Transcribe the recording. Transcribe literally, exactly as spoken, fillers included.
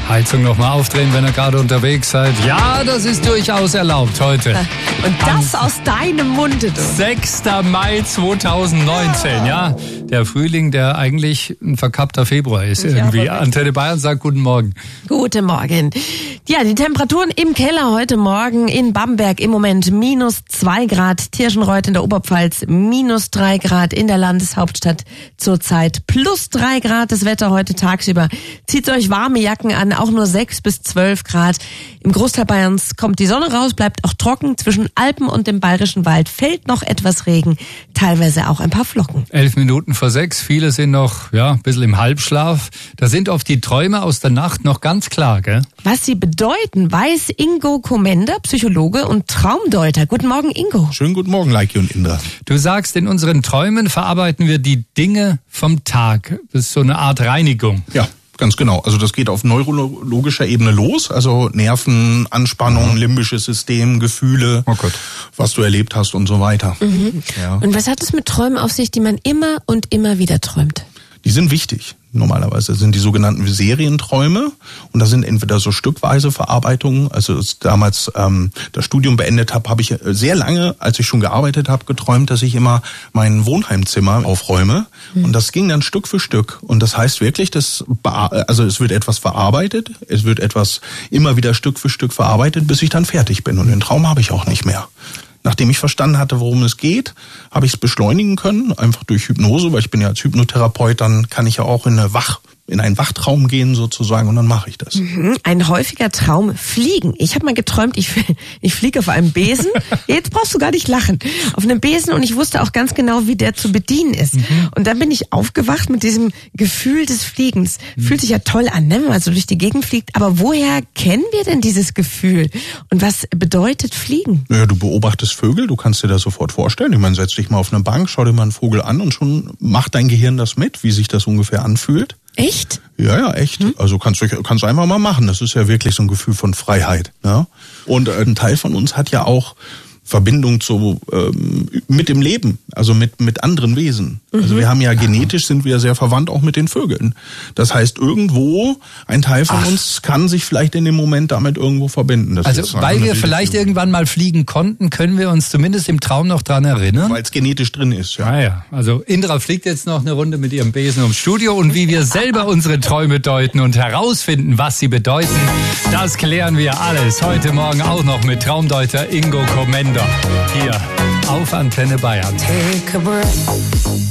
Heizung nochmal aufdrehen, wenn ihr gerade unterwegs seid. Ja, das ist durchaus erlaubt heute. Und das Am aus deinem Munde, du. sechster Mai zweitausendneunzehn, ja. Der Frühling, der eigentlich ein verkappter Februar ist irgendwie. Ja, Antenne Bayern sagt guten Morgen. Guten Morgen. Ja, die Temperaturen im Keller heute Morgen in Bamberg im Moment minus zwei Grad, Tirschenreuth in der Oberpfalz minus drei Grad, in der Landeshauptstadt zurzeit plus drei Grad. Das Wetter heute tagsüber. Zieht euch warme Jacken an, auch nur sechs bis zwölf Grad. Im Großteil Bayerns kommt die Sonne raus, bleibt auch trocken. Zwischen Alpen und dem Bayerischen Wald fällt noch etwas Regen, teilweise auch ein paar Flocken. Elf Minuten vor sechs, viele sind noch ja ein bisschen im Halbschlaf. Da sind oft die Träume aus der Nacht noch ganz klar, gell? Was sie bedeuten, weiß Ingo Komenda, Psychologe und Traumdeuter. Guten Morgen, Ingo. Schönen guten Morgen, Leiki und Indra. Du sagst, in unseren Träumen verarbeiten wir die Dinge vom Tag. Das ist so eine Art Reinigung. Ja. Ganz genau. Also das geht auf neurologischer Ebene los. Also Nerven, Anspannung, limbisches System, Gefühle, oh Gott, was du erlebt hast und so weiter. Mhm. Ja. Und was hat es mit Träumen auf sich, die man immer und immer wieder träumt? Die sind wichtig. Normalerweise sind die sogenannten Serienträume und da sind entweder so stückweise Verarbeitungen. Also als ich damals ähm, das Studium beendet habe, habe ich sehr lange, als ich schon gearbeitet habe, geträumt, dass ich immer mein Wohnheimzimmer aufräume mhm. und das ging dann Stück für Stück. Und das heißt wirklich, dass also es wird etwas verarbeitet, es wird etwas immer wieder Stück für Stück verarbeitet, bis ich dann fertig bin. Und den Traum habe ich auch nicht mehr. Nachdem ich verstanden hatte, worum es geht, habe ich es beschleunigen können, einfach durch Hypnose, weil ich bin ja als Hypnotherapeut, dann kann ich ja auch in eine Wach, in einen Wachtraum gehen sozusagen und dann mache ich das. Mhm. Ein häufiger Traum, Fliegen. Ich habe mal geträumt, ich, ich fliege auf einem Besen. Jetzt brauchst du gar nicht lachen. Auf einem Besen und ich wusste auch ganz genau, wie der zu bedienen ist. Mhm. Und dann bin ich aufgewacht mit diesem Gefühl des Fliegens. Mhm. Fühlt sich ja toll an, ne? Wenn man so durch die Gegend fliegt. Aber woher kennen wir denn dieses Gefühl? Und was bedeutet Fliegen? Naja, du beobachtest Vögel, du kannst dir das sofort vorstellen. Ich meine, setz dich mal auf eine Bank, schau dir mal einen Vogel an und schon macht dein Gehirn das mit, wie sich das ungefähr anfühlt. Echt? Ja, ja, echt. Hm? Also kannst du kannst einfach mal machen. Das ist ja wirklich so ein Gefühl von Freiheit. Ja? Und ein Teil von uns hat ja auch Verbindung zu ähm, mit dem Leben, also mit mit anderen Wesen. Mhm. Also wir haben ja genetisch sind wir sehr verwandt auch mit den Vögeln. Das heißt, irgendwo ein Teil von Ach. uns kann sich vielleicht in dem Moment damit irgendwo verbinden. Das also weil wir vielleicht Theorie. irgendwann mal fliegen konnten, können wir uns zumindest im Traum noch dran erinnern. Weil es genetisch drin ist. Ja. Ah ja. Also Indra fliegt jetzt noch eine Runde mit ihrem Besen ums Studio und wie wir selber unsere Träume deuten und herausfinden, was sie bedeuten, das klären wir alles heute Morgen auch noch mit Traumdeuter Ingo Komenda. Hier auf Antenne Bayern. Take a breath.